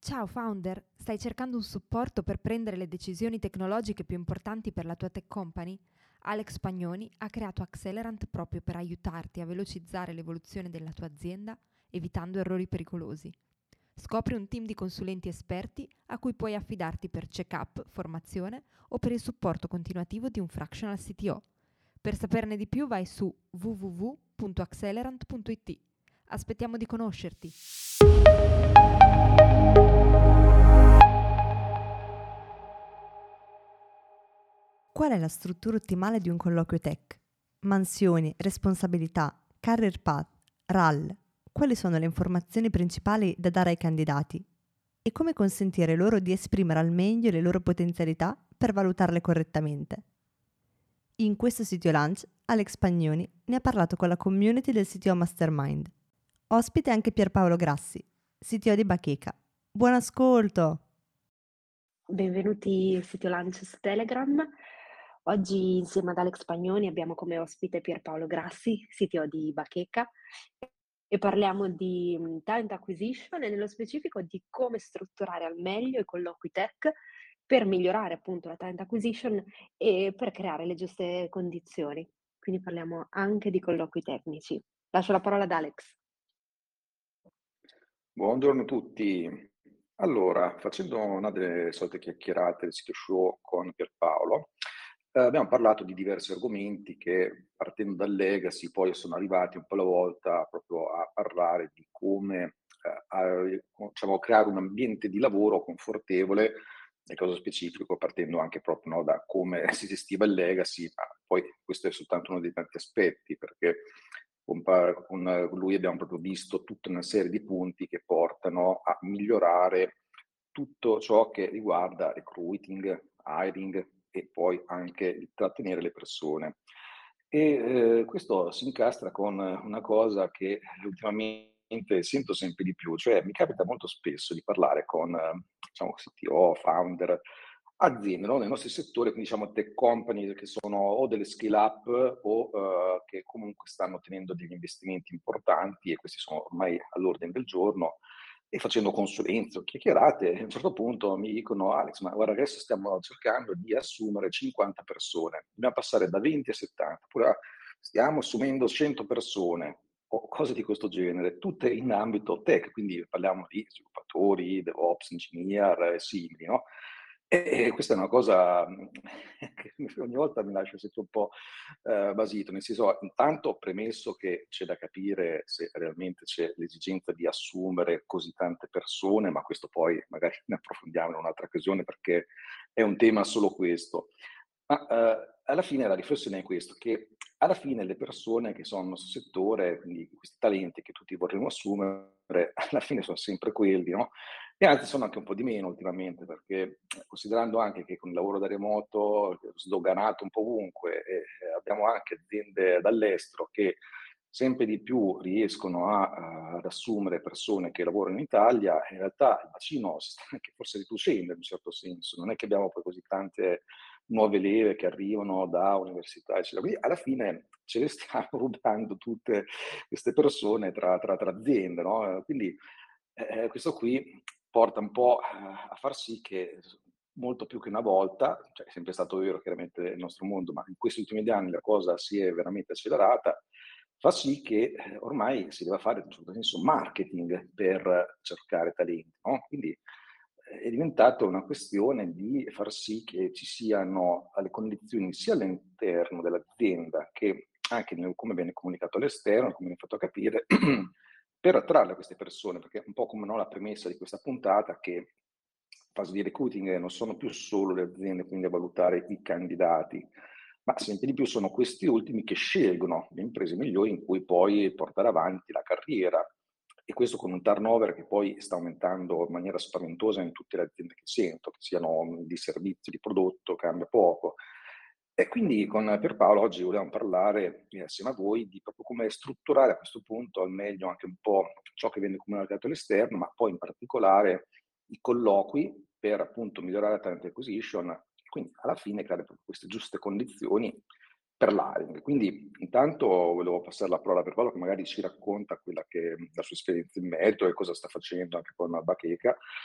Ciao founder, stai cercando un supporto per prendere le decisioni tecnologiche più importanti per la tua tech company? Alex Pagnoni ha creato Accelerant proprio per aiutarti a velocizzare l'evoluzione della tua azienda, evitando errori pericolosi. Scopri un team di consulenti esperti a cui puoi affidarti per check-up, formazione o per il supporto continuativo di un fractional CTO. Per saperne di più vai su www.accelerant.it. Aspettiamo di conoscerti. Qual è la struttura ottimale di un colloquio tech? Mansioni, responsabilità, career path, RAL. Quali sono le informazioni principali da dare ai candidati? E come consentire loro di esprimere al meglio le loro potenzialità per valutarle correttamente? In questo sito Lunch, Alex Pagnoni ne ha parlato con la community del CTO Mastermind. Ospite anche Pierpaolo Grassi, CTO di Bacheca. Buon ascolto! Benvenuti Sito Lunch su Telegram. Oggi insieme ad Alex Pagnoni abbiamo come ospite Pierpaolo Grassi, CTO di Bacheca, e parliamo di talent acquisition e nello specifico di come strutturare al meglio i colloqui tech per migliorare appunto la talent acquisition e per creare le giuste condizioni. Quindi parliamo anche di colloqui tecnici. Lascio la parola ad Alex. Buongiorno a tutti. Allora, facendo una delle solite chiacchierate del sito show con Pierpaolo, abbiamo parlato di diversi argomenti che, partendo dal legacy, poi sono arrivati un po' alla volta proprio a parlare di come diciamo, creare un ambiente di lavoro confortevole, nel caso specifico, partendo anche proprio, no, da come si gestiva il legacy, ma poi questo è soltanto uno dei tanti aspetti, perché con lui abbiamo proprio visto tutta una serie di punti che portano a migliorare tutto ciò che riguarda recruiting, hiring e poi anche il trattenere le persone. E questo si incastra con una cosa che ultimamente sento sempre di più, cioè mi capita molto spesso di parlare con diciamo, CTO, founder, aziende, no? Nei nostri settori, quindi diciamo tech company che sono o delle scale up o che comunque stanno tenendo degli investimenti importanti e questi sono ormai all'ordine del giorno e facendo consulenze o chiacchierate, a un certo punto mi dicono Alex, ma guarda adesso stiamo cercando di assumere 50 persone, dobbiamo passare da 20 a 70, oppure stiamo assumendo 100 persone o cose di questo genere, tutte in ambito tech, quindi parliamo di sviluppatori, DevOps, engineer e simili, no? E questa è una cosa che ogni volta mi lascia sempre un po' basito, nel senso, intanto premesso che c'è da capire se realmente c'è l'esigenza di assumere così tante persone, ma questo poi magari ne approfondiamo in un'altra occasione perché è un tema solo questo. Ma alla fine la riflessione è questo, che alla fine le persone che sono nel nostro settore, quindi questi talenti che tutti vorremmo assumere, alla fine sono sempre quelli, no? E anzi sono anche un po' di meno ultimamente, perché considerando anche che con il lavoro da remoto sdoganato un po' ovunque, abbiamo anche aziende dall'estero che sempre di più riescono ad assumere persone che lavorano in Italia, in realtà il bacino si sta anche forse riducendo in un certo senso, non è che abbiamo poi così tante nuove leve che arrivano da università, eccetera. Quindi alla fine ce le stiamo rubando tutte queste persone tra aziende, no? Quindi questo qui porta un po' a far sì che molto più che una volta, cioè è sempre stato vero chiaramente nel nostro mondo, ma in questi ultimi anni la cosa si è veramente accelerata, fa sì che ormai si deve fare in un certo senso marketing per cercare talenti, no? Quindi è diventata una questione di far sì che ci siano le condizioni sia all'interno dell'azienda che anche come viene comunicato all'esterno, come viene fatto capire, per attrarre queste persone, perché un po' come no, la premessa di questa puntata che fase di recruiting non sono più solo le aziende quindi a valutare i candidati, ma sempre di più sono questi ultimi che scelgono le imprese migliori in cui poi portare avanti la carriera e questo con un turnover che poi sta aumentando in maniera spaventosa in tutte le aziende che sento, che siano di servizio, di prodotto, cambia poco. E quindi con Pierpaolo oggi volevamo parlare assieme a voi di proprio come strutturare a questo punto al meglio anche un po' ciò che viene comunicato all'esterno, ma poi in particolare i colloqui per appunto migliorare la talent acquisition e quindi alla fine creare proprio queste giuste condizioni per l'hiring. Quindi intanto volevo passare la parola per Paolo che magari ci racconta quella che è la sua esperienza in merito e cosa sta facendo anche con la Bacheca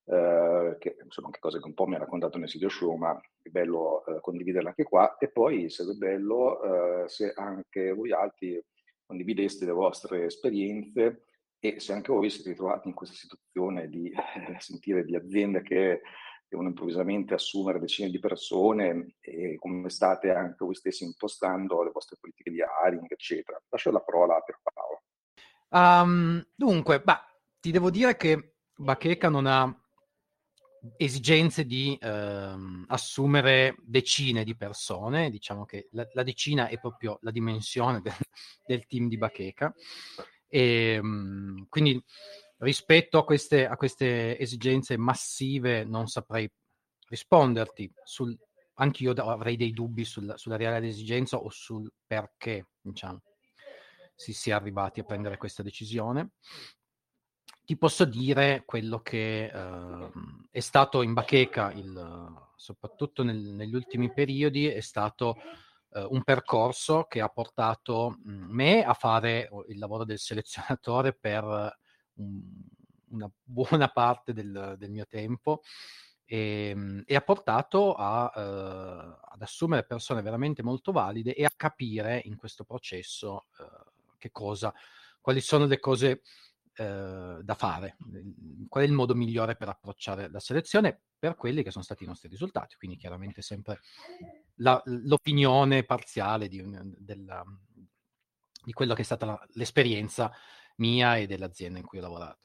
che sono anche cose che un po' mi ha raccontato nel sito show, ma è bello condividerle anche qua. E poi sarebbe bello se anche voi altri condivideste le vostre esperienze e se anche voi vi siete ritrovati in questa situazione di sentire di aziende che devono improvvisamente assumere decine di persone e come state anche voi stessi impostando le vostre politiche di hiring, eccetera. Lascio la parola per Paolo. Dunque, ti devo dire che Bacheca non ha esigenze di assumere decine di persone, diciamo che la decina è proprio la dimensione del team di Bacheca, e quindi rispetto a queste esigenze massive non saprei risponderti. Anch'io avrei dei dubbi sulla reale esigenza o sul perché, diciamo, si sia arrivati a prendere questa decisione. Ti posso dire quello che è stato in Bacheca, soprattutto negli ultimi periodi, è stato un percorso che ha portato me a fare il lavoro del selezionatore per una buona parte del mio tempo e ha portato ad assumere persone veramente molto valide e a capire in questo processo quali sono le cose da fare, qual è il modo migliore per approcciare la selezione per quelli che sono stati i nostri risultati, quindi chiaramente sempre l'opinione parziale di quello che è stata l'esperienza mia e dell'azienda in cui ho lavorato.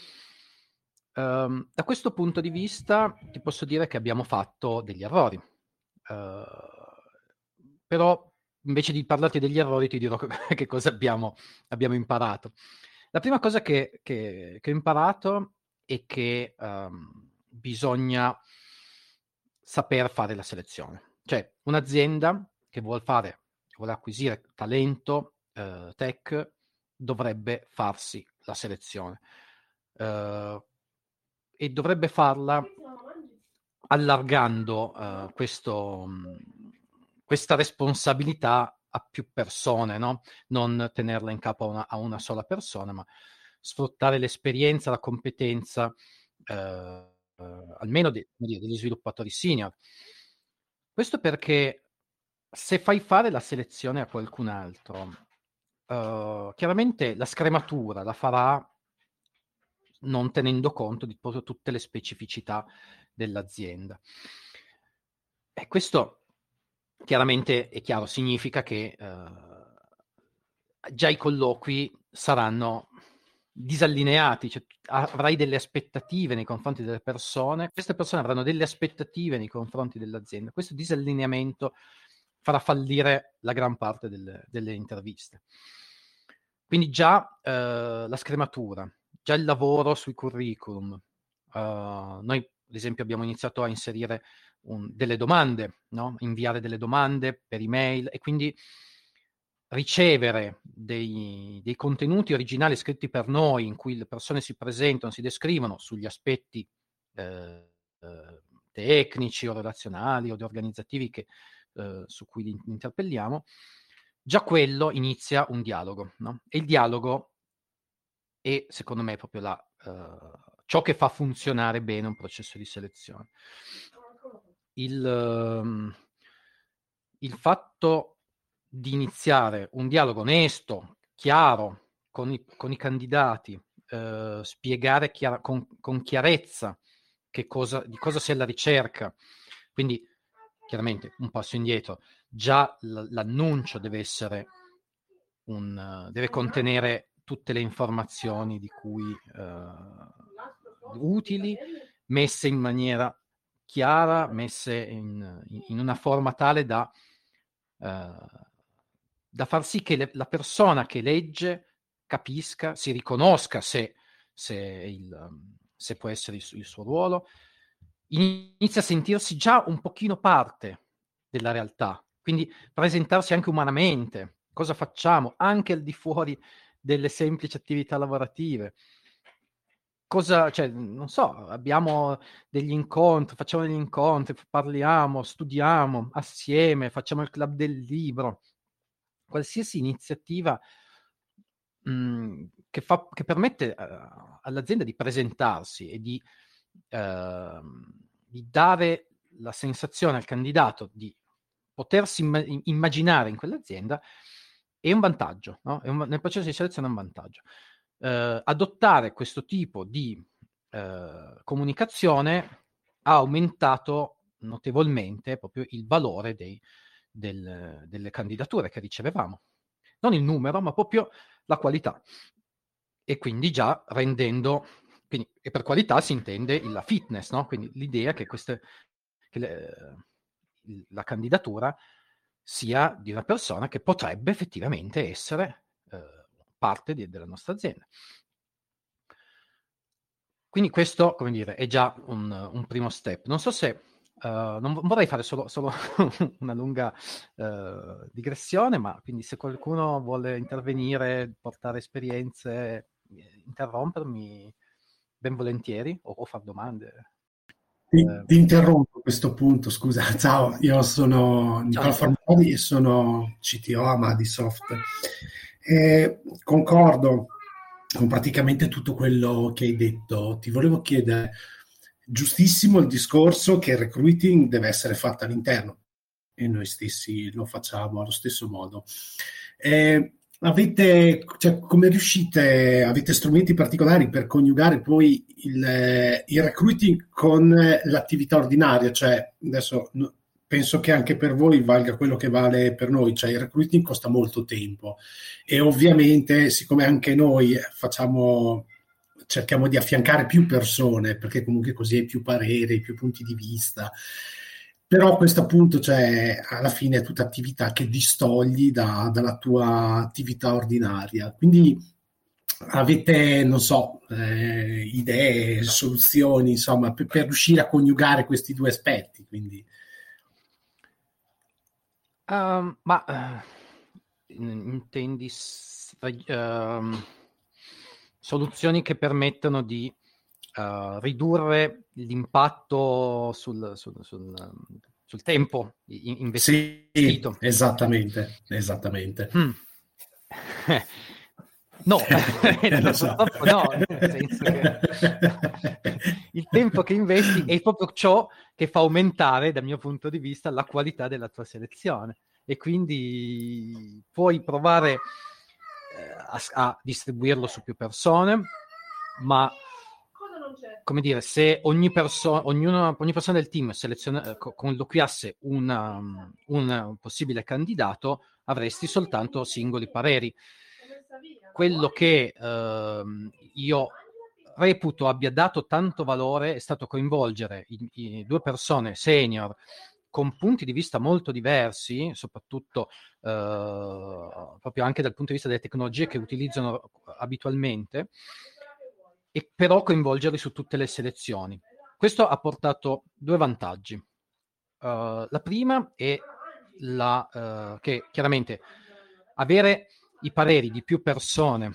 Da questo punto di vista ti posso dire che abbiamo fatto degli errori, però invece di parlarti degli errori ti dirò che cosa abbiamo imparato. La prima cosa che ho imparato è che bisogna saper fare la selezione. Cioè, un'azienda che vuole acquisire talento tech dovrebbe farsi la selezione e dovrebbe farla allargando questa responsabilità a più persone, no? Non tenerla in capo a una sola persona, ma sfruttare l'esperienza, la competenza almeno degli sviluppatori senior. Questo perché se fai fare la selezione a qualcun altro, chiaramente la scrematura la farà non tenendo conto di proprio tutte le specificità dell'azienda. E questo chiaramente è chiaro, significa che già i colloqui saranno disallineati, cioè avrai delle aspettative nei confronti delle persone, queste persone avranno delle aspettative nei confronti dell'azienda. Questo disallineamento farà fallire la gran parte delle interviste. Quindi già la scrematura, già il lavoro sui curriculum. Noi, ad esempio, abbiamo iniziato a inserire delle domande, no? Inviare delle domande per email e quindi ricevere dei contenuti originali scritti per noi in cui le persone si presentano, si descrivono sugli aspetti tecnici o relazionali o organizzativi su cui li interpelliamo, già quello inizia un dialogo, no? E il dialogo è, secondo me, proprio ciò che fa funzionare bene un processo di selezione. Il fatto di iniziare un dialogo onesto, chiaro, con i candidati, spiegare con chiarezza di cosa sia la ricerca, quindi chiaramente un passo indietro, già l'annuncio deve essere deve contenere tutte le informazioni di cui utili, messe in maniera chiara, messe in una forma tale da far sì che la persona che legge capisca, si riconosca se può essere il suo ruolo, inizia a sentirsi già un pochino parte della realtà, quindi presentarsi anche umanamente, cosa facciamo anche al di fuori delle semplici attività lavorative. Cioè, non so, abbiamo degli incontri, facciamo degli incontri, parliamo, studiamo assieme, facciamo il club del libro, qualsiasi iniziativa che permette all'azienda di presentarsi e di dare la sensazione al candidato di potersi immaginare in quell'azienda è un vantaggio, no? Nel processo di selezione è un vantaggio. Adottare questo tipo di comunicazione ha aumentato notevolmente proprio il valore delle candidature che ricevevamo. Non il numero, ma proprio la qualità. E quindi già rendendo... e per qualità si intende la fitness, no? Quindi l'idea che la candidatura sia di una persona che potrebbe effettivamente essere parte della nostra azienda. Quindi questo, come dire, è già un primo step. Non so se... non vorrei fare solo una lunga digressione, ma quindi se qualcuno vuole intervenire, portare esperienze, interrompermi ben volentieri o far domande. Ti interrompo a questo punto, scusa. Ciao, io sono Nicola Formoli e sono CTO a Madisoft. Concordo con praticamente tutto quello che hai detto. Ti volevo chiedere, giustissimo il discorso che il recruiting deve essere fatto all'interno e noi stessi lo facciamo allo stesso modo. Come riuscite, avete strumenti particolari per coniugare poi il recruiting con l'attività ordinaria? Cioè, adesso penso che anche per voi valga quello che vale per noi, cioè il recruiting costa molto tempo e ovviamente siccome anche noi cerchiamo di affiancare più persone, perché comunque così hai più pareri, più punti di vista. Però a questo punto, cioè, alla fine è tutta attività che distogli dalla tua attività ordinaria. Quindi avete, non so, idee, soluzioni, insomma, per riuscire a coniugare questi due aspetti. Quindi. Intendi soluzioni che permettono di ridurre l'impatto sul tempo investito? Sì, esattamente. No, Lo so. purtroppo no, nel senso che il tempo che investi è proprio ciò che fa aumentare, dal mio punto di vista, la qualità della tua selezione. E quindi puoi provare a distribuirlo su più persone, ma come dire, se ogni persona del team colloquiasse un possibile candidato, avresti soltanto singoli pareri. Quello che io reputo abbia dato tanto valore è stato coinvolgere due persone senior con punti di vista molto diversi, soprattutto proprio anche dal punto di vista delle tecnologie che utilizzano abitualmente, e però coinvolgerli su tutte le selezioni. Questo ha portato due vantaggi. La prima è che chiaramente avere i pareri di più persone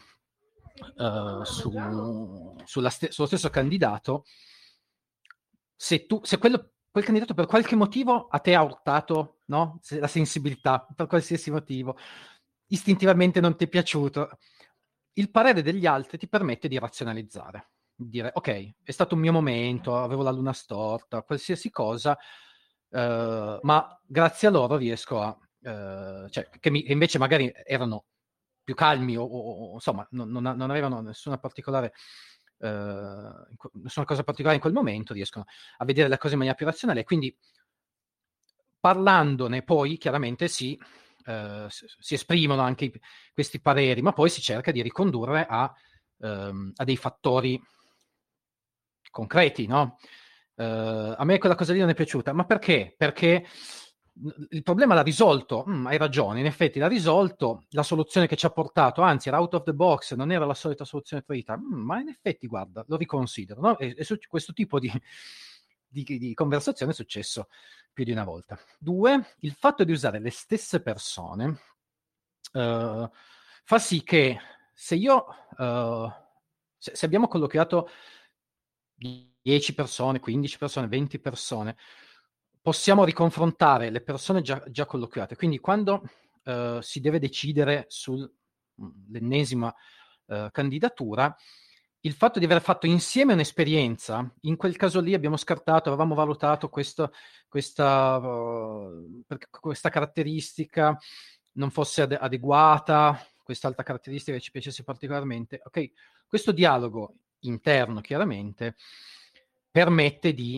sullo stesso candidato, se quel candidato per qualche motivo a te ha urtato, no? La sensibilità, per qualsiasi motivo, istintivamente non ti è piaciuto, il parere degli altri ti permette di razionalizzare, di dire ok, è stato un mio momento, avevo la luna storta, qualsiasi cosa, ma grazie a loro riesco a che invece magari erano più calmi o insomma non avevano nessuna particolare nessuna cosa particolare in quel momento, riescono a vedere le cose in maniera più razionale, e quindi parlandone poi chiaramente si esprimono anche questi pareri, ma poi si cerca di ricondurre a dei fattori concreti, no? A me quella cosa lì non è piaciuta, ma perché? Perché il problema l'ha risolto, hai ragione, in effetti l'ha risolto, la soluzione che ci ha portato, anzi era out of the box, non era la solita soluzione preferita, ma in effetti guarda, lo riconsidero, no? E questo tipo di conversazione è successo più di una volta. 2, il fatto di usare le stesse persone fa sì che se abbiamo colloquiato 10 persone, 15 persone, 20 persone, possiamo riconfrontare le persone già colloquiate. Quindi quando si deve decidere sull'ennesima candidatura, il fatto di aver fatto insieme un'esperienza, in quel caso lì abbiamo scartato, avevamo valutato questa caratteristica non fosse adeguata, quest'altra caratteristica che ci piacesse particolarmente. Ok, questo dialogo interno chiaramente permette di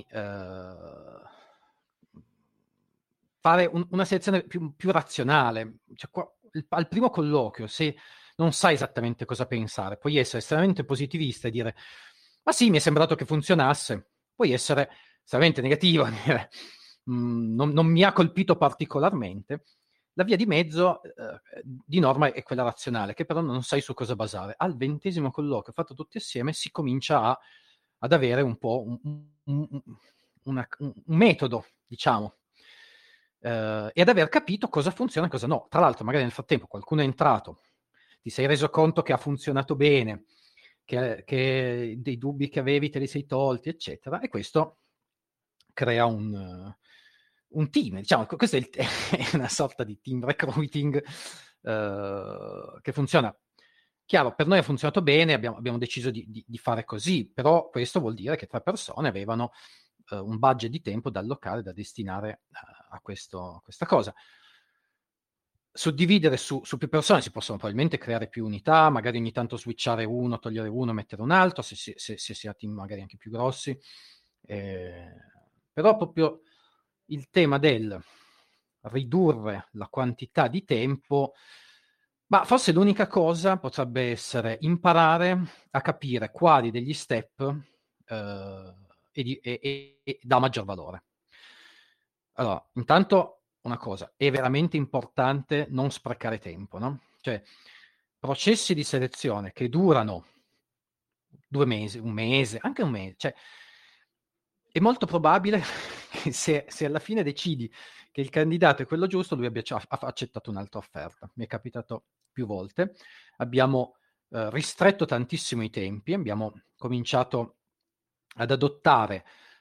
fare una selezione più razionale. Cioè, al primo colloquio, se non sai esattamente cosa pensare, puoi essere estremamente positivista e dire ma sì, mi è sembrato che funzionasse, puoi essere estremamente negativo e dire non mi ha colpito particolarmente. La via di mezzo di norma è quella razionale, che però non sai su cosa basare. Al 20° colloquio fatto tutti assieme si comincia ad avere un po' un metodo, diciamo, e ad aver capito cosa funziona e cosa no. Tra l'altro, magari nel frattempo qualcuno è entrato, ti sei reso conto che ha funzionato bene, che dei dubbi che avevi te li sei tolti, eccetera, e questo crea un team, diciamo, questo è una sorta di team recruiting che funziona. Chiaro, per noi ha funzionato bene, abbiamo deciso di fare così, però questo vuol dire che 3 persone avevano un budget di tempo da allocare, da destinare a questa cosa. Suddividere su più persone si possono probabilmente creare più unità, magari ogni tanto switchare uno, togliere uno, mettere un altro, se si ha team magari anche più grossi. Però proprio il tema del ridurre la quantità di tempo, ma forse l'unica cosa potrebbe essere imparare a capire quali degli step dà maggior valore. Allora, intanto una cosa, è veramente importante non sprecare tempo, no? Cioè, processi di selezione che durano 2 mesi, un mese, anche un mese, cioè, è molto probabile che se alla fine decidi che il candidato è quello giusto, lui abbia accettato un'altra offerta. Mi è capitato più volte. Abbiamo ristretto tantissimo i tempi, abbiamo cominciato ad adottare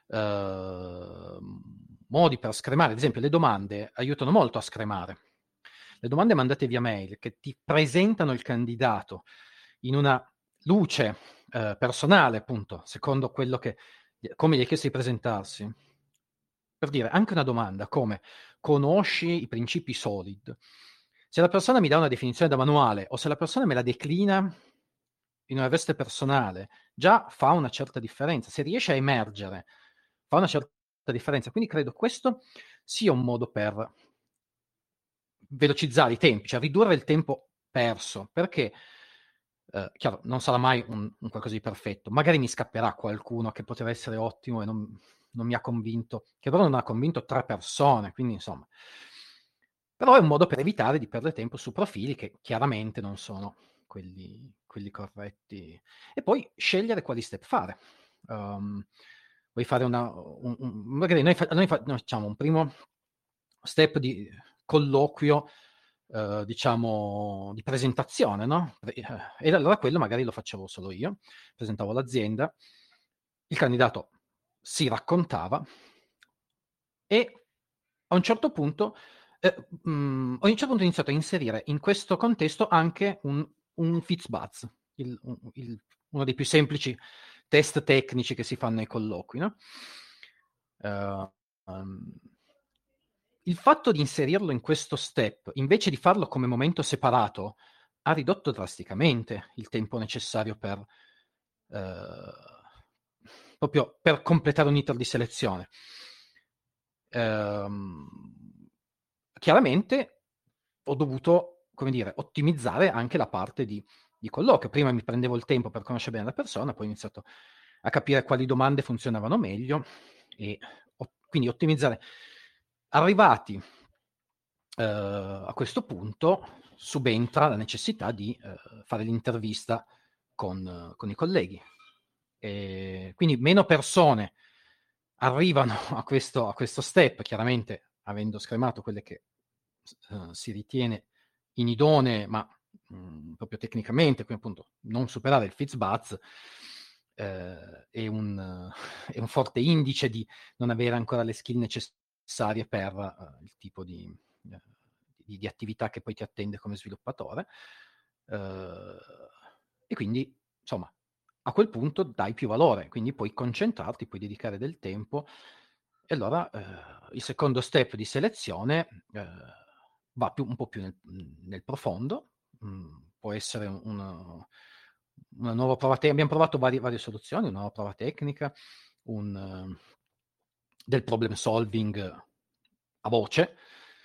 modi per scremare. Ad esempio, le domande aiutano molto a scremare. Le domande mandate via mail che ti presentano il candidato in una luce personale, appunto, secondo quello che come gli hai chiesto di presentarsi. Per dire, anche una domanda come conosci i principi SOLID? Se la persona mi dà una definizione da manuale o se la persona me la declina in una veste personale, già fa una certa differenza. Se riesce a emergere, fa una certa differenza. Quindi credo questo sia un modo per velocizzare i tempi, cioè ridurre il tempo perso, perché chiaro, non sarà mai un qualcosa di perfetto. Magari mi scapperà qualcuno che poteva essere ottimo e non mi ha convinto, che però non ha convinto 3 persone, quindi insomma. Però è un modo per evitare di perdere tempo su profili che chiaramente non sono quelli corretti. E poi scegliere quali step fare. Vuoi fare magari noi facciamo un primo step di colloquio, diciamo, di presentazione, no? E allora quello magari lo facevo solo io, presentavo l'azienda, il candidato si raccontava e a un certo punto ho iniziato a inserire in questo contesto anche un Fitzbuzz, uno dei più semplici test tecnici che si fanno ai colloqui, no? Il fatto di inserirlo in questo step, invece di farlo come momento separato, ha ridotto drasticamente il tempo necessario proprio per completare un iter di selezione. Chiaramente ho dovuto, come dire, ottimizzare anche la parte di colloquio. Prima mi prendevo il tempo per conoscere bene la persona, poi ho iniziato a capire quali domande funzionavano meglio e quindi ottimizzare. Arrivati a questo punto subentra la necessità di fare l'intervista con i colleghi. Quindi meno persone arrivano a questo step, chiaramente avendo scremato quelle che si ritiene inidonee, ma proprio tecnicamente, quindi appunto non superare il Fitzbuzz è un forte indice di non avere ancora le skill necessarie per il tipo di attività che poi ti attende come sviluppatore. E quindi, insomma, a quel punto dai più valore, quindi puoi concentrarti, puoi dedicare del tempo. E allora il secondo step di selezione va un po' più nel profondo. Può essere una nuova prova tecnica. Abbiamo provato varie soluzioni, una nuova prova tecnica, del problem solving a voce.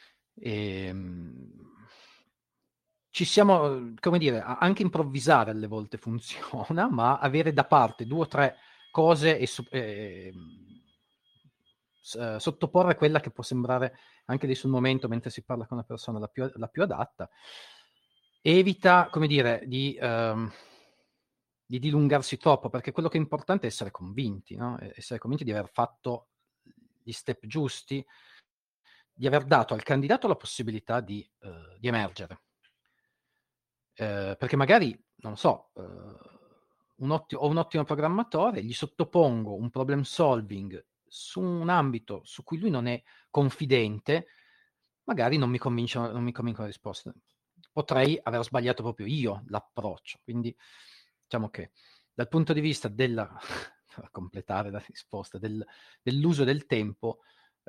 Ci siamo, come dire, anche improvvisare alle volte funziona, ma avere da parte 2 o 3 cose e sottoporre quella che può sembrare anche lì sul momento, mentre si parla con una persona, la più adatta, evita, come dire, di dilungarsi troppo, perché quello che è importante è essere convinti, no? Essere convinti di aver fatto gli step giusti, di aver dato al candidato la possibilità di emergere. Perché magari, non so, ho un ottimo programmatore, gli sottopongo un problem solving su un ambito su cui lui non è confidente, magari non mi convincono le risposte. Potrei aver sbagliato proprio io l'approccio. Quindi diciamo che dal punto di vista per completare la risposta, dell'uso del tempo,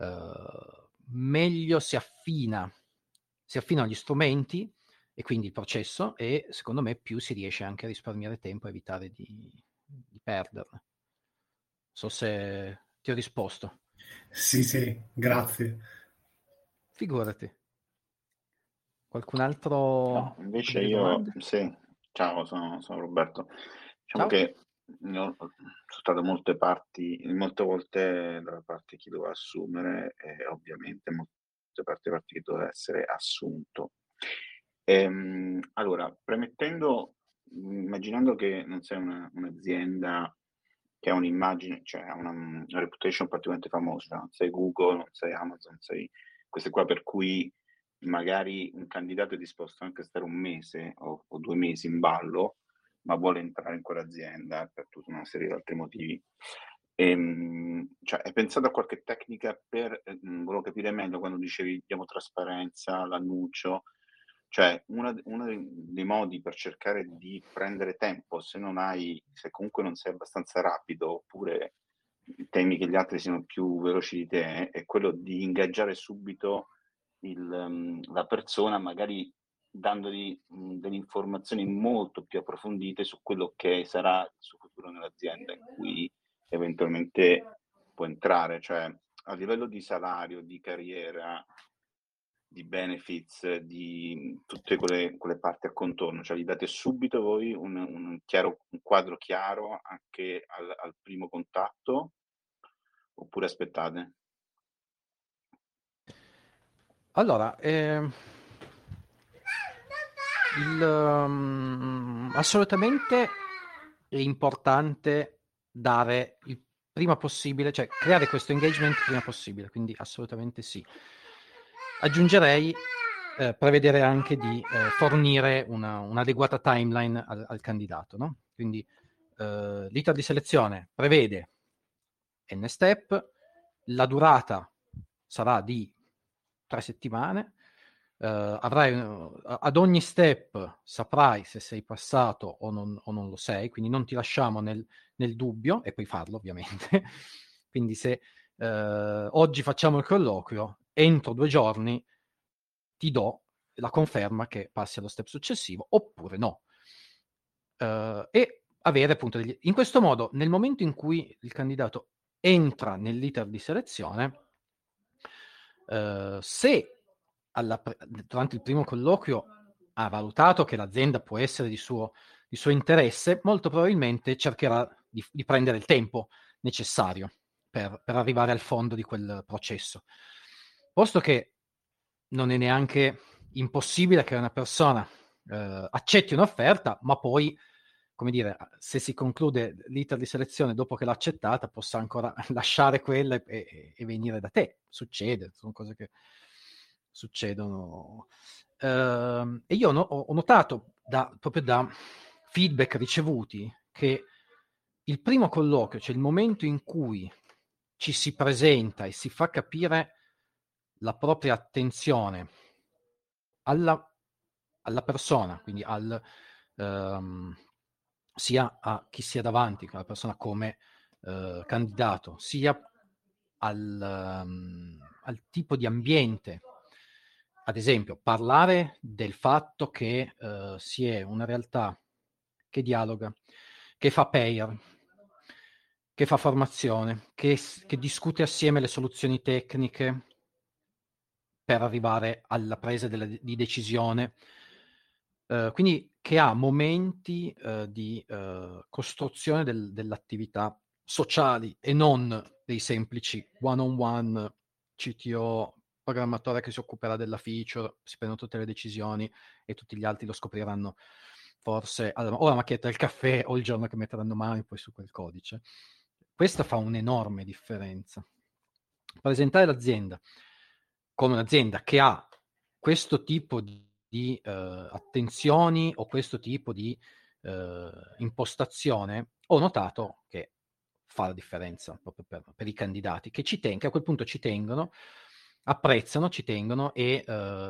meglio si affinano gli strumenti e quindi il processo, e secondo me più si riesce anche a risparmiare tempo e evitare di perderne. Non so se ti ho risposto. Sì, grazie. Figurati. Qualcun altro? No, invece delle io, domande? sì, ciao, sono Roberto. Diciamo Ciao. che sono stato molte volte dalla parte di chi doveva assumere e ovviamente molte parti da chi doveva essere assunto. Allora, immaginando che non sei un'azienda che ha un'immagine, cioè ha una reputation particolarmente famosa, non sei Google, non sei Amazon, sei queste qua per cui magari un candidato è disposto anche a stare un mese o 2 mesi in ballo, ma vuole entrare in quell'azienda per tutta una serie di altri motivi. Cioè, hai pensato a qualche tecnica volevo capire meglio quando dicevi diamo trasparenza, l'annuncio, cioè uno dei modi per cercare di prendere tempo, se comunque non sei abbastanza rapido oppure temi che gli altri siano più veloci di te, è quello di ingaggiare subito la persona, magari dandogli delle informazioni molto più approfondite su quello che sarà il suo futuro nell'azienda in cui eventualmente può entrare, cioè a livello di salario, di carriera, di benefits, di tutte quelle parti a contorno, cioè gli date subito voi un quadro chiaro anche al primo contatto oppure aspettate? Allora, assolutamente è importante dare il prima possibile, cioè creare questo engagement il prima possibile, quindi assolutamente sì. Aggiungerei prevedere anche di fornire un'adeguata timeline al candidato, no? Quindi l'iter di selezione prevede n step, la durata sarà di 3 settimane, avrai ad ogni step saprai se sei passato o non lo sei, quindi non ti lasciamo nel dubbio, e puoi farlo ovviamente. Quindi se oggi facciamo il colloquio, entro 2 giorni ti do la conferma che passi allo step successivo oppure no. E avere appunto in questo modo, nel momento in cui il candidato entra nell'iter di selezione, se durante il primo colloquio ha valutato che l'azienda può essere di suo interesse, molto probabilmente cercherà di prendere il tempo necessario per arrivare al fondo di quel processo. Posto che non è neanche impossibile che una persona accetti un'offerta, ma poi, come dire, se si conclude l'iter di selezione dopo che l'ha accettata, possa ancora lasciare quella e venire da te. Succede, sono cose che succedono. E io ho notato proprio da feedback ricevuti che il primo colloquio, cioè il momento in cui ci si presenta e si fa capire la propria attenzione alla persona, quindi sia a chi sia davanti, a la persona come candidato, sia al tipo di ambiente. Ad esempio, parlare del fatto che si è una realtà che dialoga, che fa pair, che fa formazione, che discute assieme le soluzioni tecniche per arrivare alla presa di decisione, quindi che ha momenti di costruzione dell'attività sociali e non dei semplici one-on-one CTO, programmatore che si occuperà della feature, si prendono tutte le decisioni e tutti gli altri lo scopriranno forse o la macchietta del caffè o il giorno che metteranno mani poi su quel codice. Questa fa un'enorme differenza. Presentare l'azienda come un'azienda che ha questo tipo di attenzioni o questo tipo di impostazione, ho notato che fa la differenza proprio per i candidati che che a quel punto ci tengono, apprezzano, ci tengono e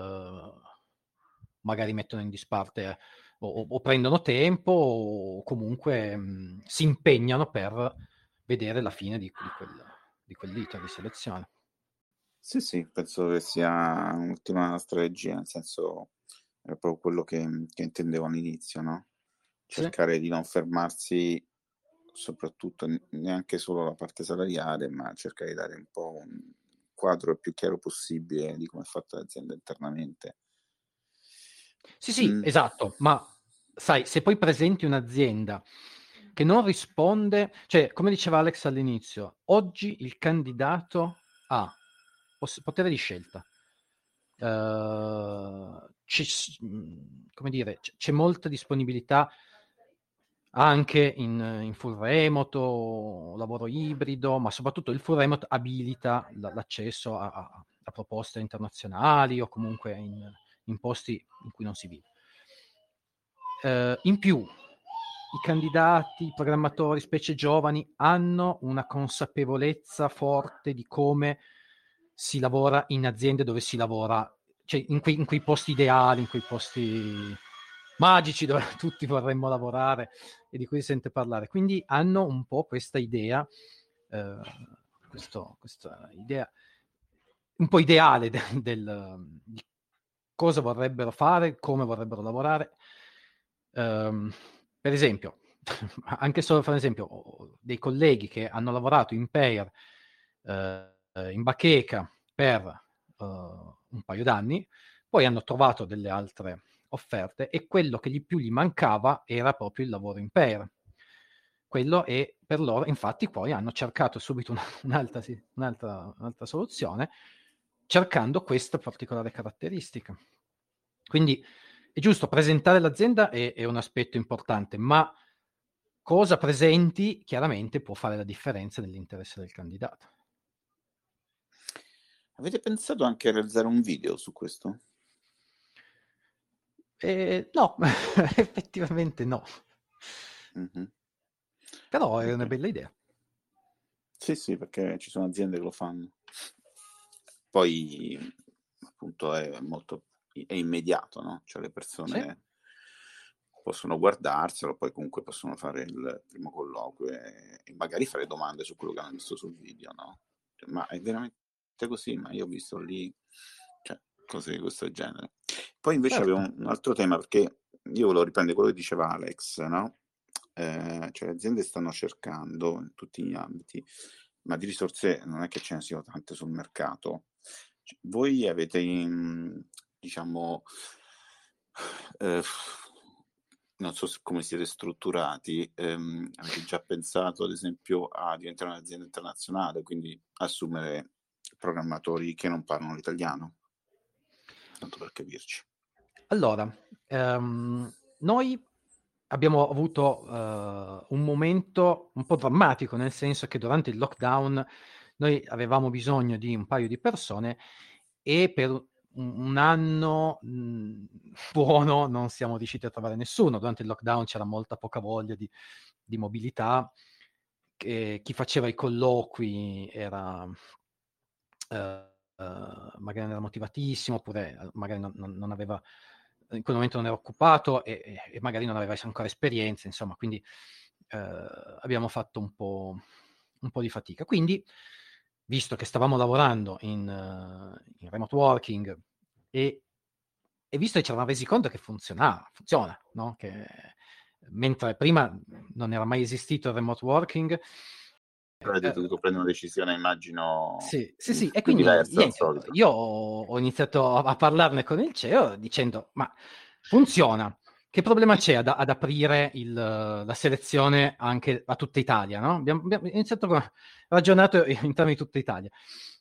magari mettono in disparte o prendono tempo o comunque si impegnano per vedere la fine di quell'iter di selezione. Sì, penso che sia un'ottima strategia, nel senso è proprio quello che intendevo all'inizio, no? Cercare di non fermarsi soprattutto neanche solo la parte salariale, ma cercare di dare un po' un quadro il più chiaro possibile di come è fatta l'azienda internamente. Sì, esatto, ma sai, se poi presenti un'azienda che non risponde, cioè, come diceva Alex all'inizio, oggi il candidato ha potere di scelta. Come dire, c'è molta disponibilità anche in full remote o lavoro ibrido, ma soprattutto il full remote abilita l'accesso a proposte internazionali o comunque in posti in cui non si vive. In più, i candidati, i programmatori, specie giovani, hanno una consapevolezza forte di come si lavora in aziende dove si lavora, cioè in quei posti ideali, in quei posti magici dove tutti vorremmo lavorare e di cui si sente parlare. Quindi hanno un po' questa idea, questa idea un po' ideale di cosa vorrebbero fare, come vorrebbero lavorare. Per esempio, anche solo fare un esempio, dei colleghi che hanno lavorato in pair in bacheca per un paio d'anni, poi hanno trovato delle altre offerte e quello che più gli mancava era proprio il lavoro in pair. Quello è per loro, infatti poi hanno cercato subito un'altra soluzione, cercando questa particolare caratteristica. Quindi è giusto, presentare l'azienda è un aspetto importante, ma cosa presenti chiaramente può fare la differenza nell'interesse del candidato. Avete pensato anche a realizzare un video su questo? No, effettivamente no. Mm-hmm. Però è una bella idea. Sì, perché ci sono aziende che lo fanno. Poi appunto è immediato, no? Cioè le persone possono guardarselo, poi comunque possono fare il primo colloquio e magari fare domande su quello che hanno visto sul video, no? Ma è veramente così? Ma io ho visto lì, cioè, cose di questo genere. Poi invece avevo un altro tema, perché io volevo riprendere quello che diceva Alex, no? Cioè le aziende stanno cercando in tutti gli ambiti, ma di risorse non è che ce ne siano tante sul mercato. Cioè, voi avete, diciamo, non so come siete strutturati, avete già pensato ad esempio a diventare un'azienda internazionale, quindi assumere programmatori che non parlano l'italiano? Tanto per capirci. Allora, noi abbiamo avuto un momento un po' drammatico, nel senso che durante il lockdown noi avevamo bisogno di un paio di persone e per un anno buono non siamo riusciti a trovare nessuno. Durante il lockdown c'era molta poca voglia di mobilità, chi faceva i colloqui era magari non era motivatissimo oppure magari non aveva in quel momento non era occupato e magari non aveva ancora esperienza, insomma, quindi abbiamo fatto un po' di fatica. Quindi, visto che stavamo lavorando in remote working e visto che ci eravamo resi conto che funziona, no? Che mentre prima non era mai esistito il remote working, avete dovuto prendere una decisione, immagino, sì, e più quindi diversa dal niente, solito. io ho iniziato a parlarne con il CEO dicendo, ma funziona, che problema c'è ad aprire la selezione anche a tutta Italia, no? Abbiamo iniziato ragionato in termini di tutta Italia.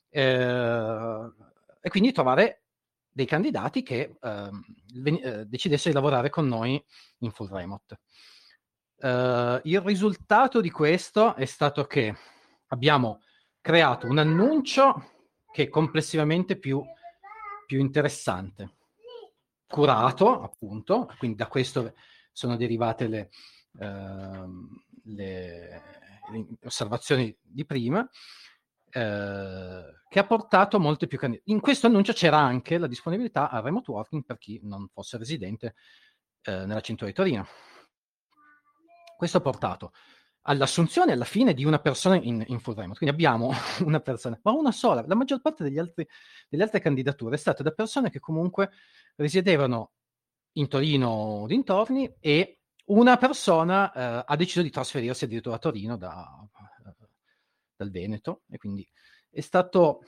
E quindi trovare dei candidati che decidessero di lavorare con noi in full remote. Il risultato di questo è stato che abbiamo creato un annuncio che è complessivamente più interessante, curato appunto, quindi da questo sono derivate le osservazioni di prima, che ha portato molte più candidati. In questo annuncio c'era anche la disponibilità al remote working per chi non fosse residente nella cintura di Torino. Questo ha portato all'assunzione alla fine di una persona in full remote. Quindi abbiamo una persona, ma una sola. La maggior parte delle altre candidature è stata da persone che comunque risiedevano in Torino o dintorni, e una persona ha deciso di trasferirsi addirittura a Torino dal Veneto, e quindi è stato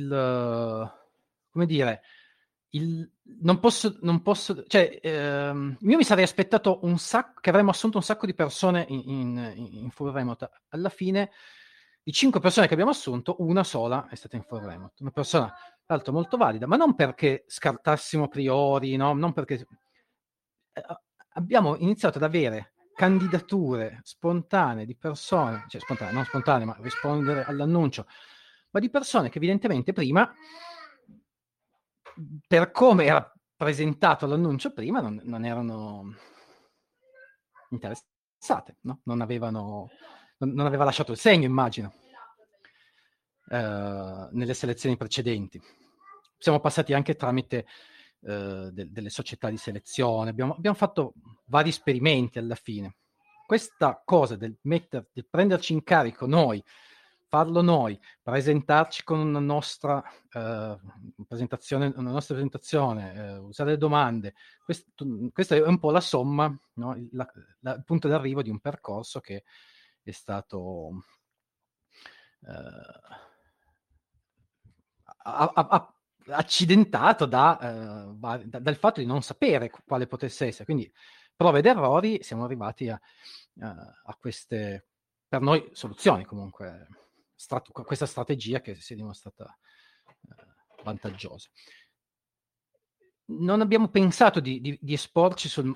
come dire, non posso, cioè, io mi sarei aspettato che avremmo assunto un sacco di persone in full remote. Alla fine, di 5 persone che abbiamo assunto, una sola è stata in full remote. Una persona, tra l'altro, molto valida, ma non perché scartassimo a priori, no? Non perché abbiamo iniziato ad avere candidature spontanee di persone, cioè spontanee, non spontanee, ma rispondere all'annuncio, ma di persone che evidentemente prima, per come era presentato l'annuncio prima, non erano interessate, no? Non aveva lasciato il segno, immagino, nelle selezioni precedenti. Siamo passati anche tramite delle società di selezione, abbiamo fatto vari esperimenti alla fine. Questa cosa del prenderci in carico noi, farlo noi, presentarci con una nostra presentazione, usare le domande, questa è un po' la somma, no? Il punto d'arrivo di un percorso che è stato accidentato dal fatto di non sapere quale potesse essere. Quindi prove ed errori, siamo arrivati a queste, per noi, soluzioni comunque, questa strategia che si è dimostrata vantaggiosa. Non abbiamo pensato di esporci sul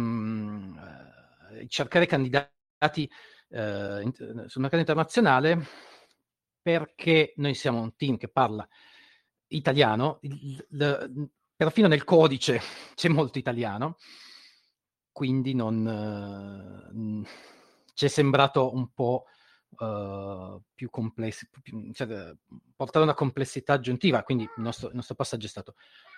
cercare candidati sul mercato internazionale, perché noi siamo un team che parla italiano, perfino nel codice c'è molto italiano, quindi non ci è sembrato un po' più complesso, cioè, portare una complessità aggiuntiva, quindi il nostro passaggio è stato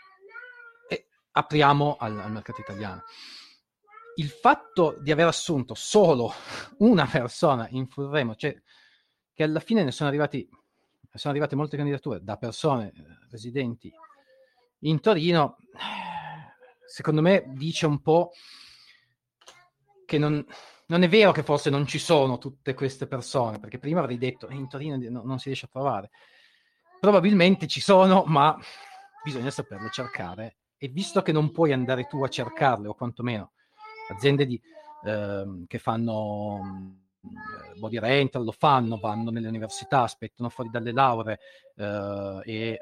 apriamo al mercato italiano. Il fatto di aver assunto solo una persona in full remote, cioè che alla fine ne sono arrivate molte candidature da persone residenti in Torino, secondo me dice un po' che non è vero che forse non ci sono tutte queste persone, perché prima avrei detto in Torino non si riesce a trovare. Probabilmente ci sono, ma bisogna saperle cercare, e visto che non puoi andare tu a cercarle, o quantomeno aziende che fanno body rental lo fanno, vanno nelle università, aspettano fuori dalle lauree e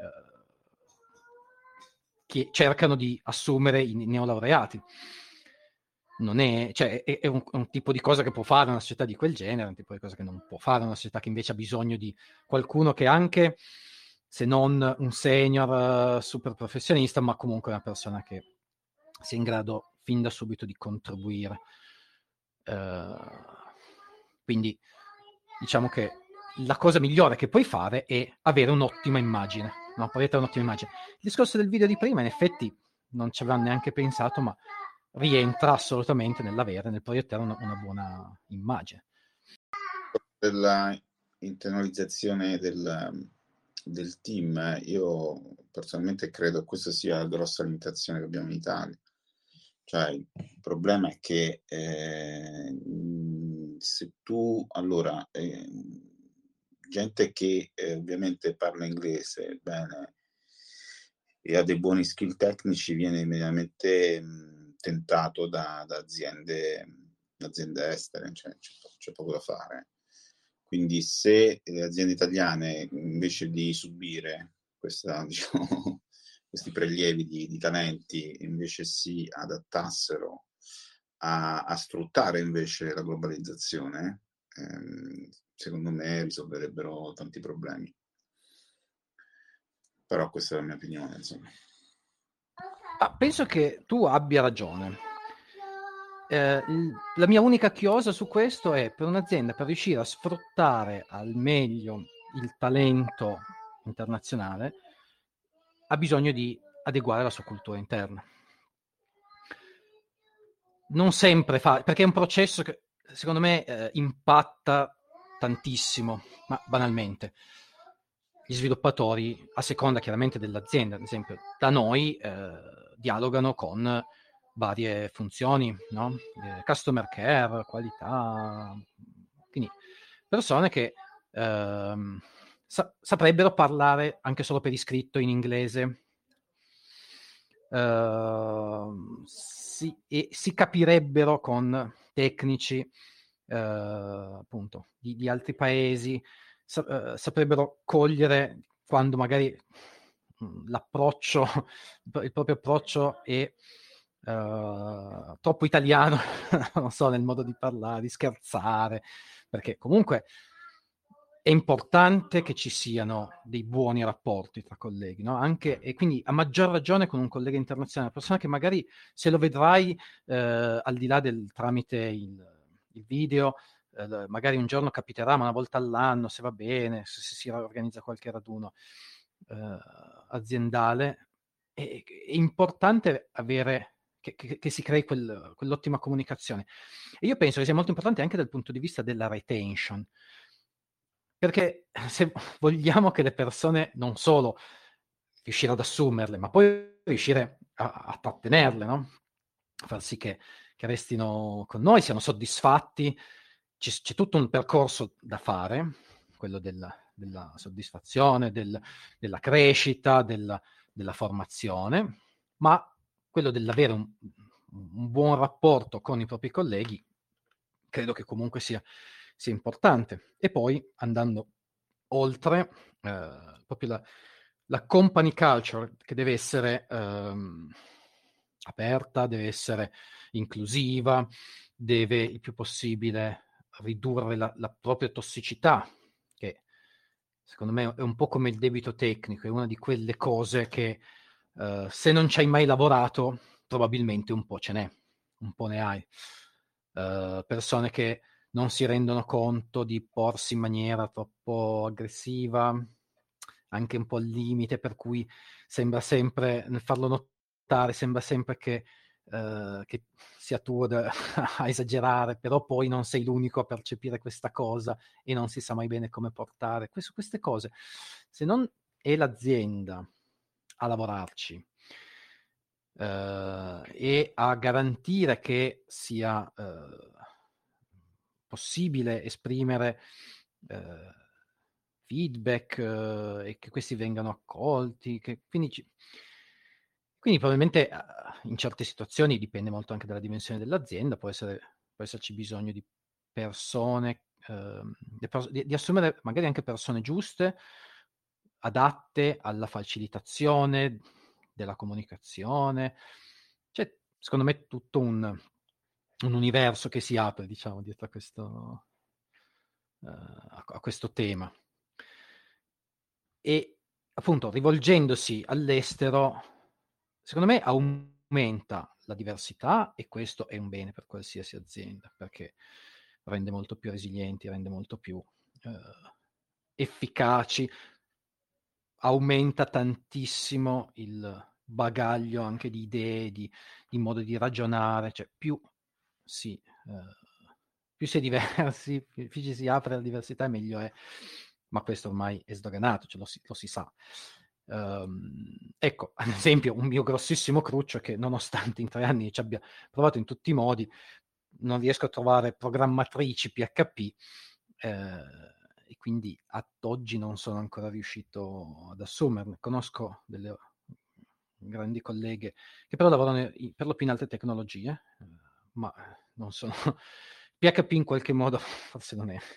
cercano di assumere i neolaureati. Non è, cioè, è un tipo di cosa che può fare una società di quel genere, un tipo di cosa che non può fare una società che invece ha bisogno di qualcuno che, anche se non un senior super professionista, ma comunque una persona che sia in grado fin da subito di contribuire. Quindi diciamo che la cosa migliore che puoi fare è avere un'ottima immagine, no? Puoi avere un'ottima immagine. Il discorso del video di prima, in effetti, non ci avevano neanche pensato, ma rientra assolutamente nel proiettare una buona immagine. Della internalizzazione del team, io personalmente credo questa sia la grossa limitazione che abbiamo in Italia. Cioè, il problema è che se tu, allora, gente che ovviamente parla inglese bene e ha dei buoni skill tecnici viene immediatamente tentato da aziende estere, cioè c'è poco da fare. Quindi se le aziende italiane, invece di subire diciamo, questi prelievi di talenti, invece si adattassero a sfruttare invece la globalizzazione, secondo me risolverebbero tanti problemi. Però questa è la mia opinione, insomma. Penso che tu abbia ragione. La mia unica chiosa su questo è per un'azienda, per riuscire a sfruttare al meglio il talento internazionale, ha bisogno di adeguare la sua cultura interna. Non sempre perché è un processo che secondo me impatta tantissimo, ma banalmente. Gli sviluppatori, a seconda chiaramente dell'azienda, ad esempio da noi, dialogano con varie funzioni, no? Customer care, qualità, quindi persone che saprebbero parlare anche solo per iscritto in inglese, si capirebbero con tecnici appunto di altri paesi, saprebbero cogliere quando magari l'approccio, il proprio approccio è troppo italiano, non so, nel modo di parlare, di scherzare, perché comunque è importante che ci siano dei buoni rapporti tra colleghi, no? Anche, e quindi a maggior ragione con un collega internazionale, una persona che magari se lo vedrai al di là tramite il video, magari un giorno capiterà, ma una volta all'anno, se va bene, se si organizza qualche raduno aziendale, è importante avere che si crei quell'ottima comunicazione. E io penso che sia molto importante anche dal punto di vista della retention, perché se vogliamo che le persone non solo riuscire ad assumerle, ma poi riuscire a trattenerle, no? A far sì che restino con noi, siano soddisfatti, c'è tutto un percorso da fare, quello della soddisfazione, della crescita, della formazione, ma quello dell'avere un buon rapporto con i propri colleghi credo che comunque sia importante. E poi andando oltre, proprio la company culture che deve essere aperta, deve essere inclusiva, deve il più possibile ridurre la propria tossicità, che secondo me è un po' come il debito tecnico, è una di quelle cose che se non ci hai mai lavorato probabilmente un po' ce n'è, un po' ne hai. Persone che non si rendono conto di porsi in maniera troppo aggressiva, anche un po' al limite, per cui sembra sempre, nel farlo notare, sembra sempre che sia tu a esagerare, però poi non sei l'unico a percepire questa cosa e non si sa mai bene come portare. Queste cose, se non è l'azienda a lavorarci e a garantire che sia possibile esprimere feedback e che questi vengano accolti, quindi probabilmente in certe situazioni dipende molto anche dalla dimensione dell'azienda, può esserci bisogno di persone, di assumere magari anche persone giuste, adatte alla facilitazione della comunicazione. C'è, secondo me, tutto un universo che si apre, diciamo, dietro a questo tema. E appunto, rivolgendosi all'estero, secondo me aumenta la diversità, e questo è un bene per qualsiasi azienda, perché rende molto più resilienti, rende molto più efficaci, aumenta tantissimo il bagaglio anche di idee, di modo di ragionare, cioè più si è diversi, più ci si apre alla diversità, meglio è, ma questo ormai è sdoganato, cioè lo si sa. Ecco, ad esempio, un mio grossissimo cruccio è che nonostante in 3 anni ci abbia provato in tutti i modi, non riesco a trovare programmatrici PHP, e quindi ad oggi non sono ancora riuscito ad assumerne. Conosco delle grandi colleghe che però lavorano per lo più in altre tecnologie, ma non sono PHP in qualche modo forse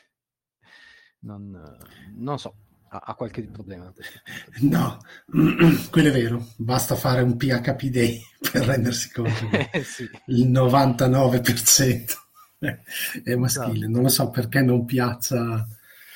non so, ha qualche problema da questo punto di vista. No, quello è vero, basta fare un PHP Day per rendersi conto che Sì. il 99% è maschile. Esatto. Non lo so perché non piaccia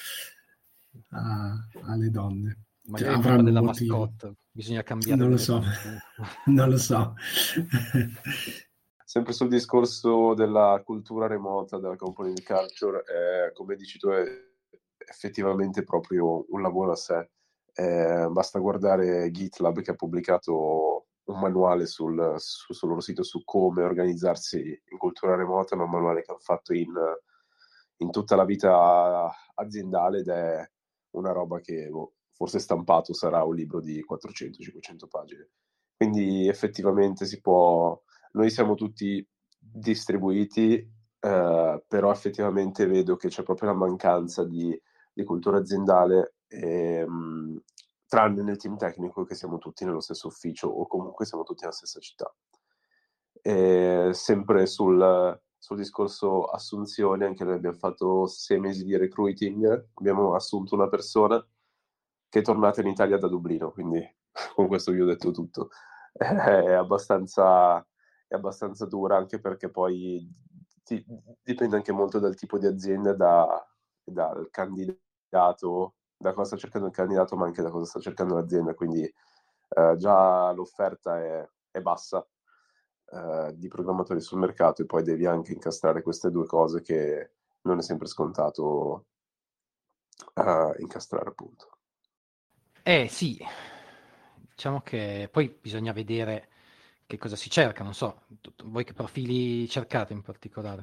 alle donne. Magari è colpa Avranno un della motivo. mascotte, bisogna cambiare Non lo delle so, culture. non lo so. Sempre sul discorso della cultura remota, della component culture, come dici tu, è effettivamente proprio un lavoro a sé. Basta guardare GitLab che ha pubblicato un manuale sul loro sito su come organizzarsi in cultura remota, ma un manuale che hanno fatto in tutta la vita aziendale, ed è una roba che forse stampato sarà un libro di 400-500 pagine. Quindi effettivamente si può... Noi siamo tutti distribuiti, però effettivamente vedo che c'è proprio la mancanza di cultura aziendale, tranne nel team tecnico, che siamo tutti nello stesso ufficio o comunque siamo tutti nella stessa città. Sempre sul discorso assunzioni, anche noi abbiamo fatto 6 mesi di recruiting, abbiamo assunto una persona che è tornata in Italia da Dublino, quindi con questo vi ho detto tutto. È abbastanza dura, anche perché poi dipende anche molto dal tipo di azienda, dal candidato, da cosa sta cercando il candidato, ma anche da cosa sta cercando l'azienda, quindi già l'offerta è bassa di programmatori sul mercato, e poi devi anche incastrare queste due cose che non è sempre scontato incastrare, appunto. Sì, diciamo che poi bisogna vedere che cosa si cerca, non so, voi che profili cercate in particolare?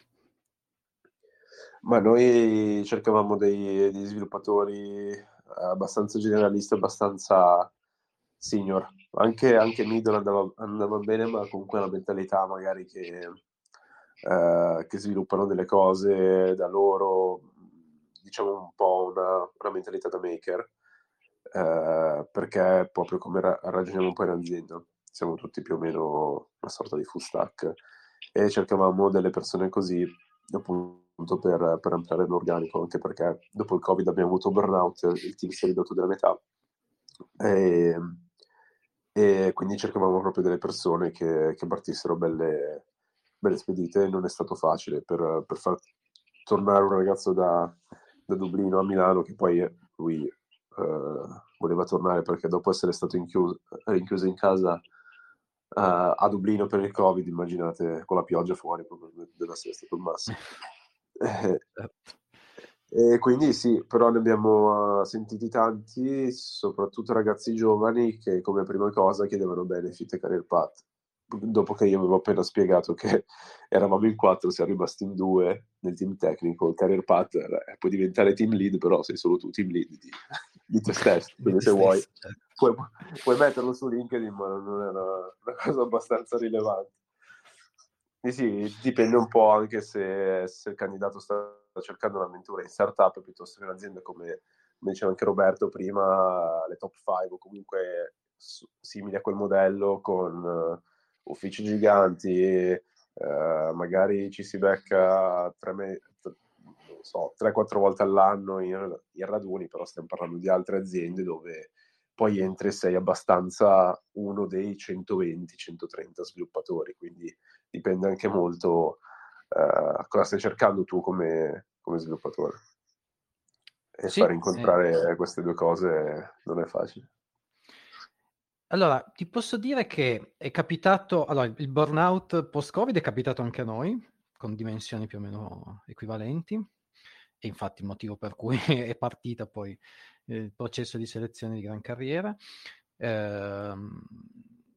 Ma noi cercavamo degli sviluppatori abbastanza generalisti, abbastanza senior. Anche middle andava bene, ma comunque la mentalità magari che sviluppano delle cose da loro, diciamo un po' una mentalità da maker, perché proprio come ragioniamo un po' in azienda, siamo tutti più o meno una sorta di full stack, e cercavamo delle persone così, appunto, per ampliare l'organico, anche perché dopo il Covid abbiamo avuto burnout, il team si è ridotto della metà, e quindi cercavamo proprio delle persone che partissero belle spedite. Non è stato facile per far tornare un ragazzo da Dublino a Milano, che poi lui voleva tornare perché dopo essere stato rinchiuso in casa a Dublino per il Covid, immaginate, con la pioggia fuori, proprio deve essere stato il massimo. E quindi sì, però ne abbiamo sentiti tanti, soprattutto ragazzi giovani, che come prima cosa chiedevano benefit e career path. Dopo che io avevo appena spiegato che eravamo in 4, siamo rimasti in 2 nel team tecnico, il career path puoi diventare team lead, però sei solo tu team lead di te stesso, quindi se vuoi puoi metterlo su LinkedIn, ma non è una cosa abbastanza rilevante. Sì, dipende un po' anche se il candidato sta cercando un'avventura in startup piuttosto che un'azienda, come diceva anche Roberto prima, le top 5 o comunque simili a quel modello, con uffici giganti, magari ci si becca 3-4 volte all'anno in raduni, però stiamo parlando di altre aziende dove poi entri e sei abbastanza uno dei 120-130 sviluppatori, quindi dipende anche molto cosa stai cercando tu come sviluppatore. E Sì, far incontrare queste due cose non è facile. Allora, ti posso dire che è capitato, allora, il burnout post-Covid è capitato anche a noi, con dimensioni più o meno equivalenti, e infatti il motivo per cui è partita poi il processo di selezione di Gran Carriera.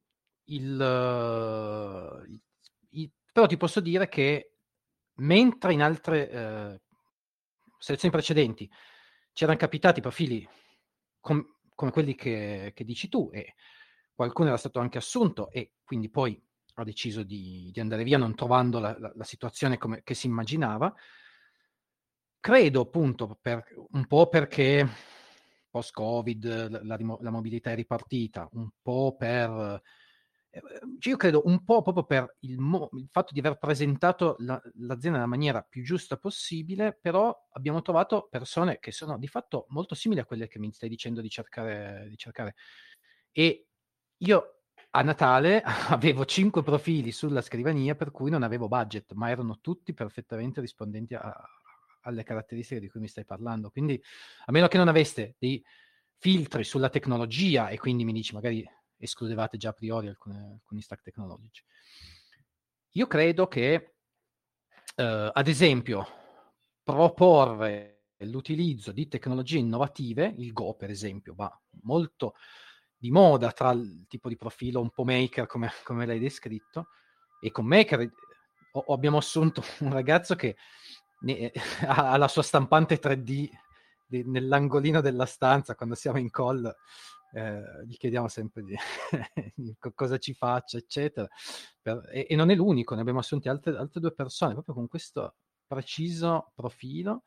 però ti posso dire che mentre in altre selezioni precedenti c'erano capitati profili come quelli che dici tu, e qualcuno era stato anche assunto e quindi poi ha deciso di andare via non trovando la situazione che si immaginava. Credo appunto un po' perché post-Covid la mobilità è ripartita, un po' per io credo un po' proprio per il fatto di aver presentato l'azienda nella maniera più giusta possibile, però abbiamo trovato persone che sono di fatto molto simili a quelle che mi stai dicendo di cercare. E io a Natale avevo 5 profili sulla scrivania per cui non avevo budget, ma erano tutti perfettamente rispondenti alle caratteristiche di cui mi stai parlando. Quindi, a meno che non aveste dei filtri sulla tecnologia e quindi mi dici magari escludevate già a priori alcuni stack tecnologici. Io credo che, ad esempio, proporre l'utilizzo di tecnologie innovative, il Go per esempio, va molto di moda tra il tipo di profilo un po' maker come l'hai descritto, e con maker abbiamo assunto un ragazzo che ha la sua stampante 3D nell'angolino della stanza quando siamo in call. Gli chiediamo sempre di cosa ci faccia, eccetera. E non è l'unico, ne abbiamo assunti altre 2 persone proprio con questo preciso profilo.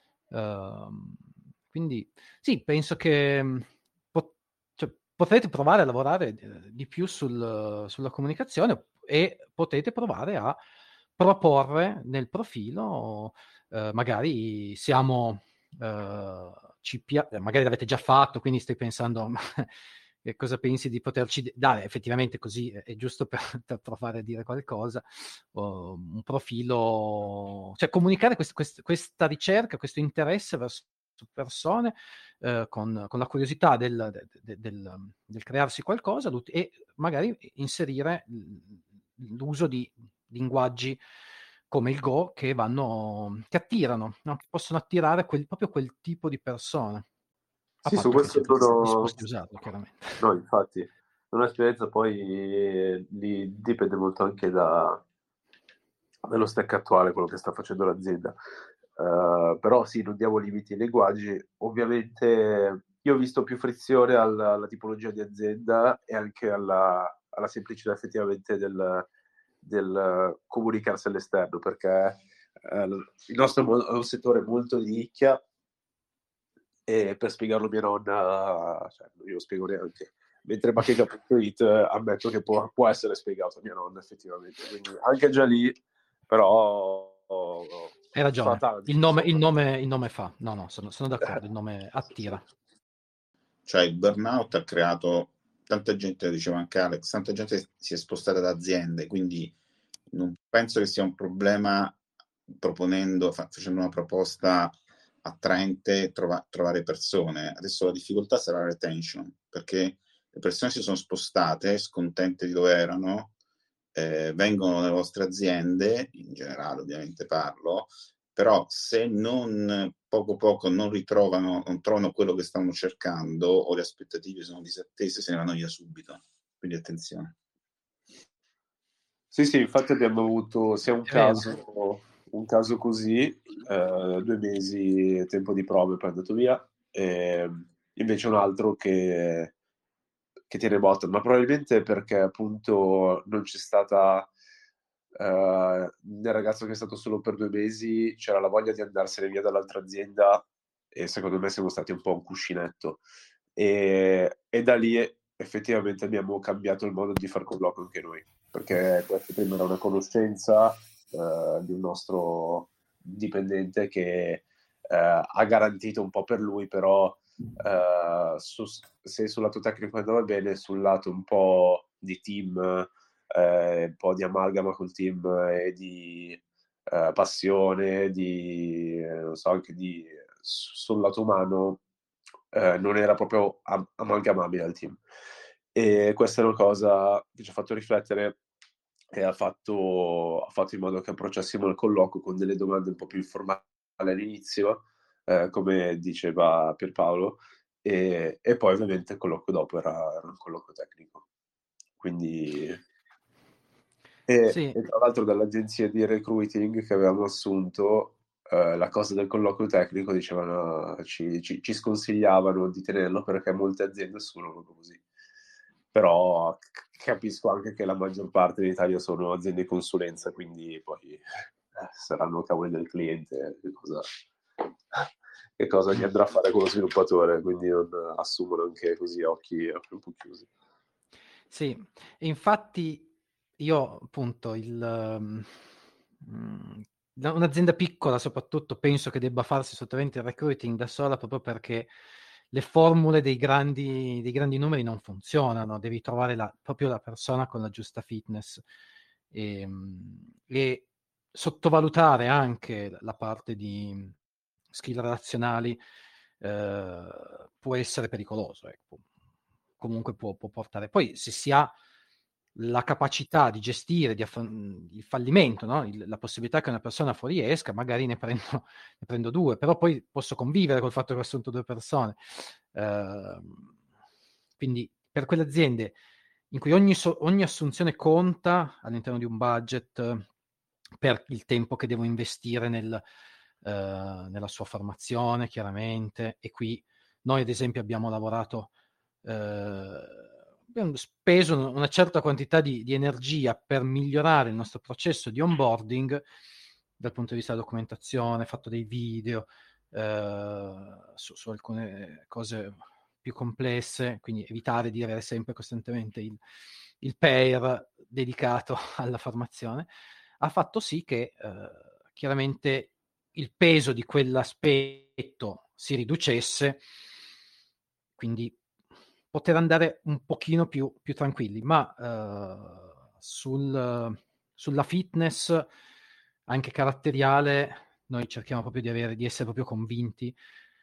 Quindi sì, penso che potrete provare a lavorare di più sulla comunicazione e potete provare a proporre nel profilo, magari siamo magari l'avete già fatto, quindi stai pensando cosa pensi di poterci dare, effettivamente così è giusto per provare a dire qualcosa, un profilo, cioè comunicare questa ricerca, questo interesse verso persone, con la curiosità del crearsi qualcosa e magari inserire l'uso di linguaggi come il Go che attirano, no? Che possono attirare proprio quel tipo di persone. A Sì, su patto che questo siate non disposti a usarlo, chiaramente. No, infatti, non ho esperienza, poi lì dipende molto anche dallo stack attuale, quello che sta facendo l'azienda. Però sì, non diamo limiti ai linguaggi. Ovviamente io ho visto più frizione alla tipologia di azienda e anche alla semplicità effettivamente del comunicarsi all'esterno, perché il nostro è un settore molto di nicchia e per spiegarlo a mia nonna, cioè, non glielo spiego neanche. Mentre Bacheca.it ammetto che può essere spiegato a mia nonna effettivamente, quindi anche già lì, però hai ragione, tanti, il nome fa, no, sono d'accordo, il nome attira. Cioè il burnout ha creato tanta gente, diceva anche Alex, tanta gente si è spostata da aziende, quindi non penso che sia un problema facendo una proposta attraente trovare persone. Adesso la difficoltà sarà la retention, perché le persone si sono spostate, scontente di dove erano, vengono nelle vostre aziende, in generale ovviamente parlo, però se non poco non trovano quello che stanno cercando o le aspettative sono disattese, se ne vanno via subito. Quindi attenzione. Sì, infatti abbiamo avuto sia un caso così, 2 mesi tempo di prove, poi è andato via, e invece un altro che tiene botta, ma probabilmente perché appunto non c'è stata nel ragazzo che è stato solo per 2 mesi c'era la voglia di andarsene via dall'altra azienda e secondo me siamo stati un po' un cuscinetto e da lì effettivamente abbiamo cambiato il modo di far colloquio anche noi, perché questa prima era una conoscenza di un nostro dipendente che ha garantito un po' per lui, però se sul lato tecnico andava bene, sul lato un po' di team, un po' di amalgama col team e di passione, non so, anche sul lato umano, non era proprio amalgamabile al team. E questa è una cosa che ci ha fatto riflettere e ha fatto in modo che approcciassimo il colloquio con delle domande un po' più informali all'inizio, come diceva Pierpaolo, e poi ovviamente il colloquio dopo era un colloquio tecnico. quindi... Sì. E tra l'altro dall'agenzia di recruiting che avevamo assunto, la cosa del colloquio tecnico dicevano, ci sconsigliavano di tenerlo perché molte aziende sono proprio così. Però capisco anche che la maggior parte in Italia sono aziende di consulenza, quindi poi saranno cavoli del cliente, che cosa gli andrà a fare con lo sviluppatore, quindi non assumono anche così a occhi un po' chiusi. Sì, infatti io appunto un'azienda piccola soprattutto penso che debba farsi assolutamente il recruiting da sola, proprio perché le formule dei grandi numeri non funzionano, devi trovare proprio la persona con la giusta fitness e sottovalutare anche la parte di skill relazionali può essere pericoloso, ecco. Comunque può portare. Poi se si ha la capacità di gestire il fallimento, no? La possibilità che una persona fuoriesca, magari ne prendo 2, però poi posso convivere col fatto che ho assunto 2 persone. Quindi per quelle aziende in cui ogni assunzione conta all'interno di un budget per il tempo che devo investire nella sua formazione, chiaramente, e qui noi ad esempio abbiamo lavorato, abbiamo speso una certa quantità di energia per migliorare il nostro processo di onboarding dal punto di vista della documentazione, fatto dei video su alcune cose più complesse, quindi evitare di avere sempre costantemente il pair dedicato alla formazione, ha fatto sì che chiaramente il peso di quell'aspetto si riducesse, quindi poter andare un pochino più tranquilli, ma sulla fitness anche caratteriale noi cerchiamo proprio di essere proprio convinti,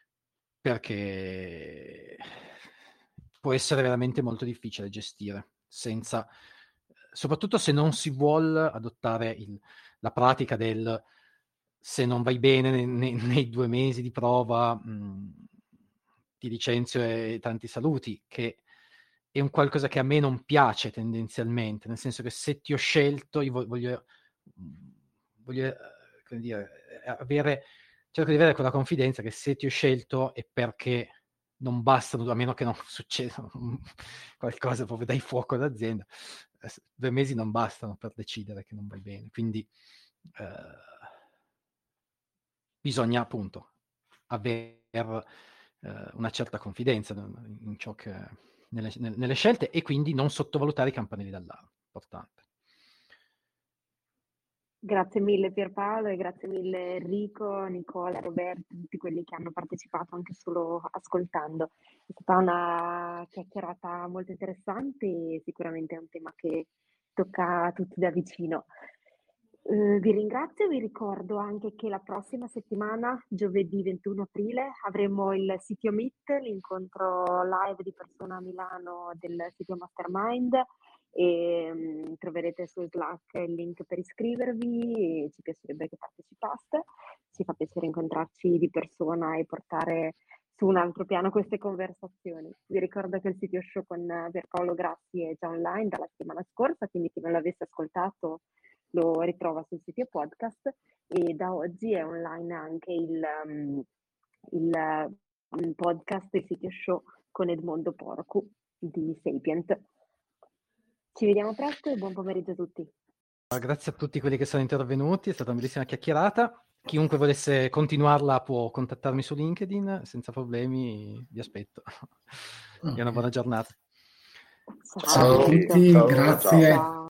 perché può essere veramente molto difficile gestire senza, soprattutto se non si vuol adottare la pratica del se non vai bene nei 2 mesi di prova ti licenzio e tanti saluti, che è un qualcosa che a me non piace tendenzialmente, nel senso che se ti ho scelto io voglio come dire, cerco di avere quella confidenza che se ti ho scelto è perché non bastano, a meno che non succeda qualcosa proprio dai fuoco all'azienda, 2 mesi non bastano per decidere che non vai bene, quindi bisogna appunto avere una certa confidenza in ciò che nelle scelte, e quindi non sottovalutare i campanelli d'allarme, importante. Grazie mille Pierpaolo e grazie mille Enrico, Nicola, Roberto, tutti quelli che hanno partecipato anche solo ascoltando. È stata una chiacchierata molto interessante e sicuramente è un tema che tocca a tutti da vicino. Vi ringrazio, vi ricordo anche che la prossima settimana, giovedì 21 aprile, avremo il Sitio Meet, l'incontro live di persona a Milano del sito Mastermind, e troverete su Slack il link per iscrivervi e ci piacerebbe che partecipaste. Ci fa piacere incontrarci di persona e portare su un altro piano queste conversazioni. Vi ricordo che il sito show con Pierpaolo Grassi è già online dalla settimana scorsa, quindi chi non l'avesse ascoltato lo ritrova sul sito podcast, e da oggi è online anche il podcast del sito show con Edmondo Porcu di Sapient. Ci vediamo presto e buon pomeriggio a tutti. Grazie a tutti quelli che sono intervenuti, è stata una bellissima chiacchierata. Chiunque volesse continuarla può contattarmi su LinkedIn senza problemi, vi aspetto. E una buona giornata. Ciao a tutti, grazie. Ciao.